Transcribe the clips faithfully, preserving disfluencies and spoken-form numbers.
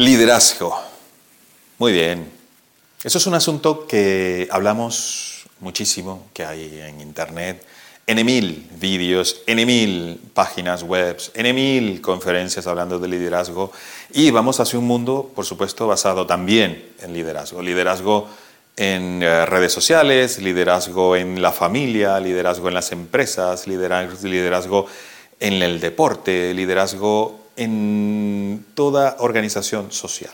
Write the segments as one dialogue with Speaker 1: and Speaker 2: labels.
Speaker 1: Liderazgo. Muy bien. Eso es un asunto que hablamos muchísimo, que hay en Internet, en mil vídeos, en mil páginas web, en mil conferencias hablando de liderazgo, y vamos hacia un mundo, por supuesto, basado también en liderazgo. Liderazgo en eh, redes sociales, liderazgo en la familia, liderazgo en las empresas, liderazgo, liderazgo en el deporte, liderazgo en toda organización social.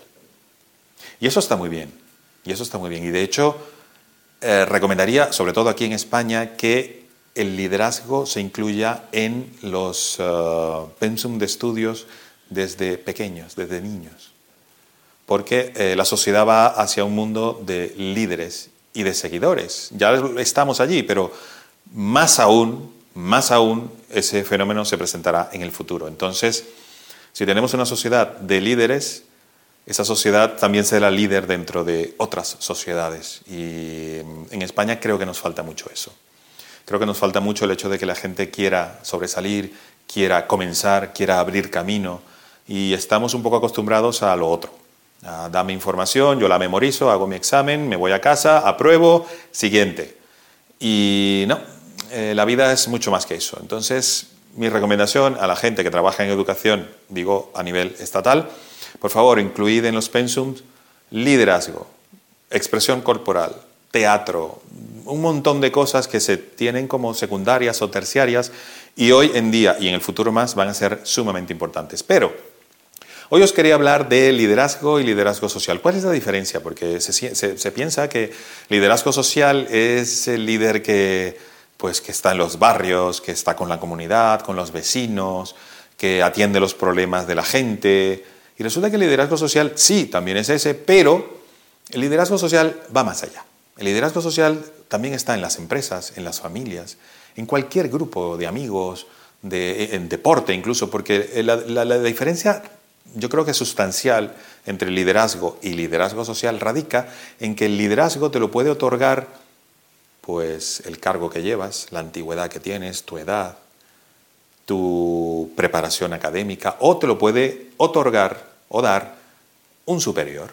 Speaker 1: Y eso está muy bien, y eso está muy bien. Y de hecho, eh, recomendaría, sobre todo aquí en España, que el liderazgo se incluya en los uh, pensum de estudios desde pequeños, desde niños. Porque eh, la sociedad va hacia un mundo de líderes y de seguidores. Ya estamos allí, pero más aún, más aún ese fenómeno se presentará en el futuro. Entonces, si tenemos una sociedad de líderes, esa sociedad también será líder dentro de otras sociedades. Y en España creo que nos falta mucho eso. Creo que nos falta mucho el hecho de que la gente quiera sobresalir, quiera comenzar, quiera abrir camino. Y estamos un poco acostumbrados a lo otro. A dame información, yo la memorizo, hago mi examen, me voy a casa, apruebo, siguiente. Y no, eh, la vida es mucho más que eso. Entonces, mi recomendación a la gente que trabaja en educación, digo a nivel estatal, por favor, incluid en los pensums liderazgo, expresión corporal, teatro, un montón de cosas que se tienen como secundarias o terciarias y hoy en día y en el futuro más van a ser sumamente importantes. Pero hoy os quería hablar de liderazgo y liderazgo social. ¿Cuál es la diferencia? Porque se, se, se piensa que liderazgo social es el líder que, pues, que está en los barrios, que está con la comunidad, con los vecinos, que atiende los problemas de la gente. Y resulta que el liderazgo social sí, también es ese, pero el liderazgo social va más allá. El liderazgo social también está en las empresas, en las familias, en cualquier grupo de amigos, de, en deporte incluso, porque la, la, la diferencia yo creo que es sustancial entre liderazgo y liderazgo social radica en que el liderazgo te lo puede otorgar pues el cargo que llevas, la antigüedad que tienes, tu edad, tu preparación académica, o te lo puede otorgar o dar un superior.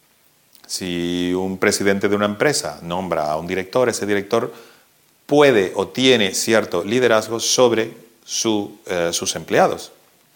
Speaker 1: Si un presidente de una empresa nombra a un director, ese director puede o tiene cierto liderazgo sobre su, eh, sus empleados.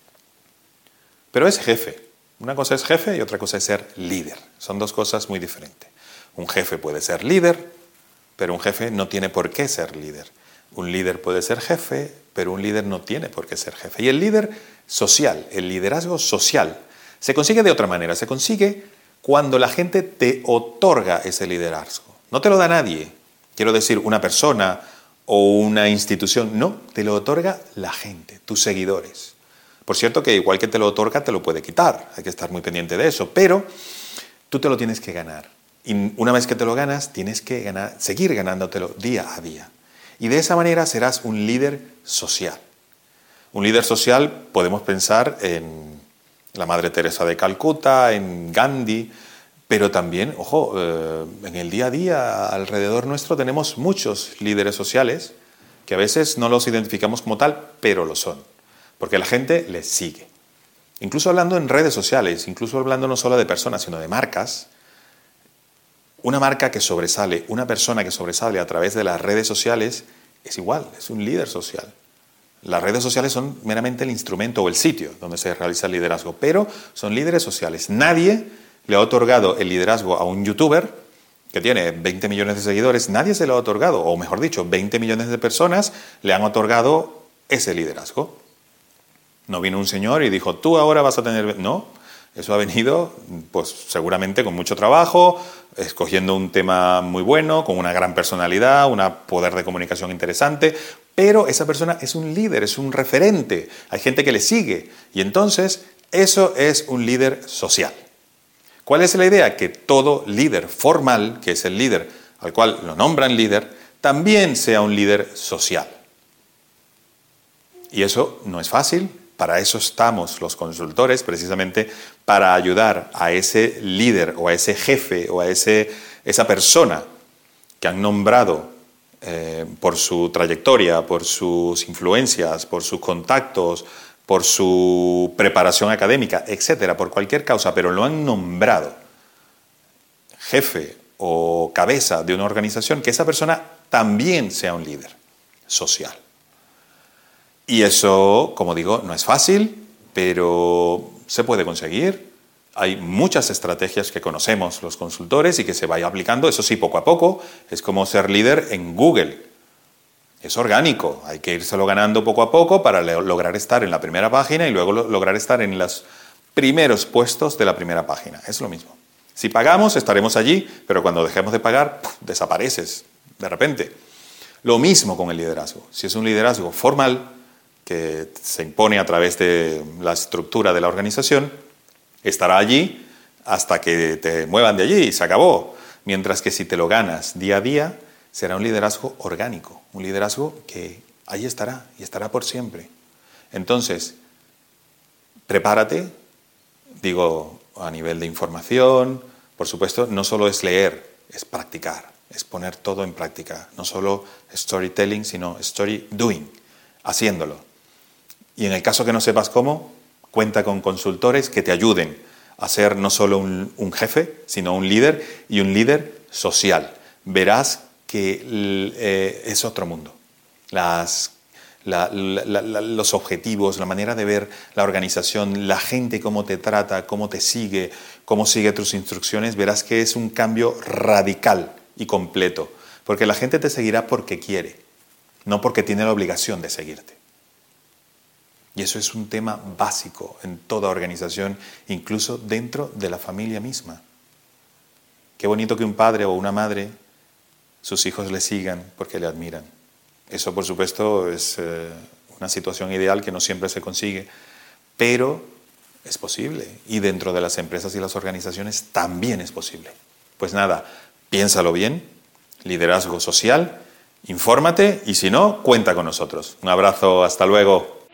Speaker 1: Pero es jefe. Una cosa es jefe y otra cosa es ser líder. Son dos cosas muy diferentes. Un jefe puede ser líder, pero un jefe no tiene por qué ser líder. Un líder puede ser jefe, pero un líder no tiene por qué ser jefe. Y el líder social, el liderazgo social, se consigue de otra manera. Se consigue cuando la gente te otorga ese liderazgo. No te lo da nadie. Quiero decir, una persona o una institución. No, te lo otorga la gente, tus seguidores. Por cierto que igual que te lo otorga, te lo puede quitar. Hay que estar muy pendiente de eso. Pero tú te lo tienes que ganar. Y una vez que te lo ganas, tienes que ganar, seguir ganándotelo día a día. Y de esa manera serás un líder social. Un líder social podemos pensar en la Madre Teresa de Calcuta, en Gandhi, pero también, ojo, eh, en el día a día alrededor nuestro tenemos muchos líderes sociales que a veces no los identificamos como tal, pero lo son, porque la gente les sigue. Incluso hablando en redes sociales, incluso hablando no solo de personas, sino de marcas, una marca que sobresale, una persona que sobresale a través de las redes sociales es igual, es un líder social. Las redes sociales son meramente el instrumento o el sitio donde se realiza el liderazgo, pero son líderes sociales. Nadie le ha otorgado el liderazgo a un youtuber que tiene veinte millones de seguidores, nadie se lo ha otorgado, o mejor dicho, veinte millones de personas le han otorgado ese liderazgo. No vino un señor y dijo, tú ahora vas a tener... No, eso ha venido pues seguramente con mucho trabajo, escogiendo un tema muy bueno, con una gran personalidad, un poder de comunicación interesante, pero esa persona es un líder, es un referente, hay gente que le sigue y entonces eso es un líder social. ¿Cuál es la idea? Que todo líder formal, que es el líder al cual lo nombran líder, también sea un líder social. Y eso no es fácil. Para eso estamos los consultores, precisamente para ayudar a ese líder o a ese jefe o a ese, esa persona que han nombrado eh, por su trayectoria, por sus influencias, por sus contactos, por su preparación académica, etcétera, por cualquier causa, pero lo han nombrado jefe o cabeza de una organización, que esa persona también sea un líder social. Y eso, como digo, no es fácil, pero se puede conseguir. Hay muchas estrategias que conocemos los consultores y que se vaya aplicando, eso sí, poco a poco. Es como ser líder en Google. Es orgánico, hay que írselo ganando poco a poco para lograr estar en la primera página y luego lograr estar en los primeros puestos de la primera página. Es lo mismo. Si pagamos, estaremos allí, pero cuando dejemos de pagar, ¡puf!, desapareces de repente. Lo mismo con el liderazgo. Si es un liderazgo formal, que se impone a través de la estructura de la organización, estará allí hasta que te muevan de allí y se acabó. Mientras que si te lo ganas día a día, será un liderazgo orgánico, un liderazgo que ahí estará y estará por siempre. Entonces, prepárate, digo, a nivel de información, por supuesto, no solo es leer, es practicar, es poner todo en práctica, no solo storytelling, sino story doing, haciéndolo. Y en el caso que no sepas cómo, cuenta con consultores que te ayuden a ser no solo un, un jefe, sino un líder y un líder social. Verás que eh, es otro mundo. Las, la, la, la, los objetivos, la manera de ver la organización, la gente cómo te trata, cómo te sigue, cómo sigue tus instrucciones, verás que es un cambio radical y completo. Porque la gente te seguirá porque quiere, no porque tiene la obligación de seguirte. Y eso es un tema básico en toda organización, incluso dentro de la familia misma. Qué bonito que un padre o una madre, sus hijos le sigan porque le admiran. Eso, por supuesto, es eh, una situación ideal que no siempre se consigue, pero es posible. Y dentro de las empresas y las organizaciones también es posible. Pues nada, piénsalo bien, liderazgo social, infórmate y si no, cuenta con nosotros. Un abrazo, hasta luego.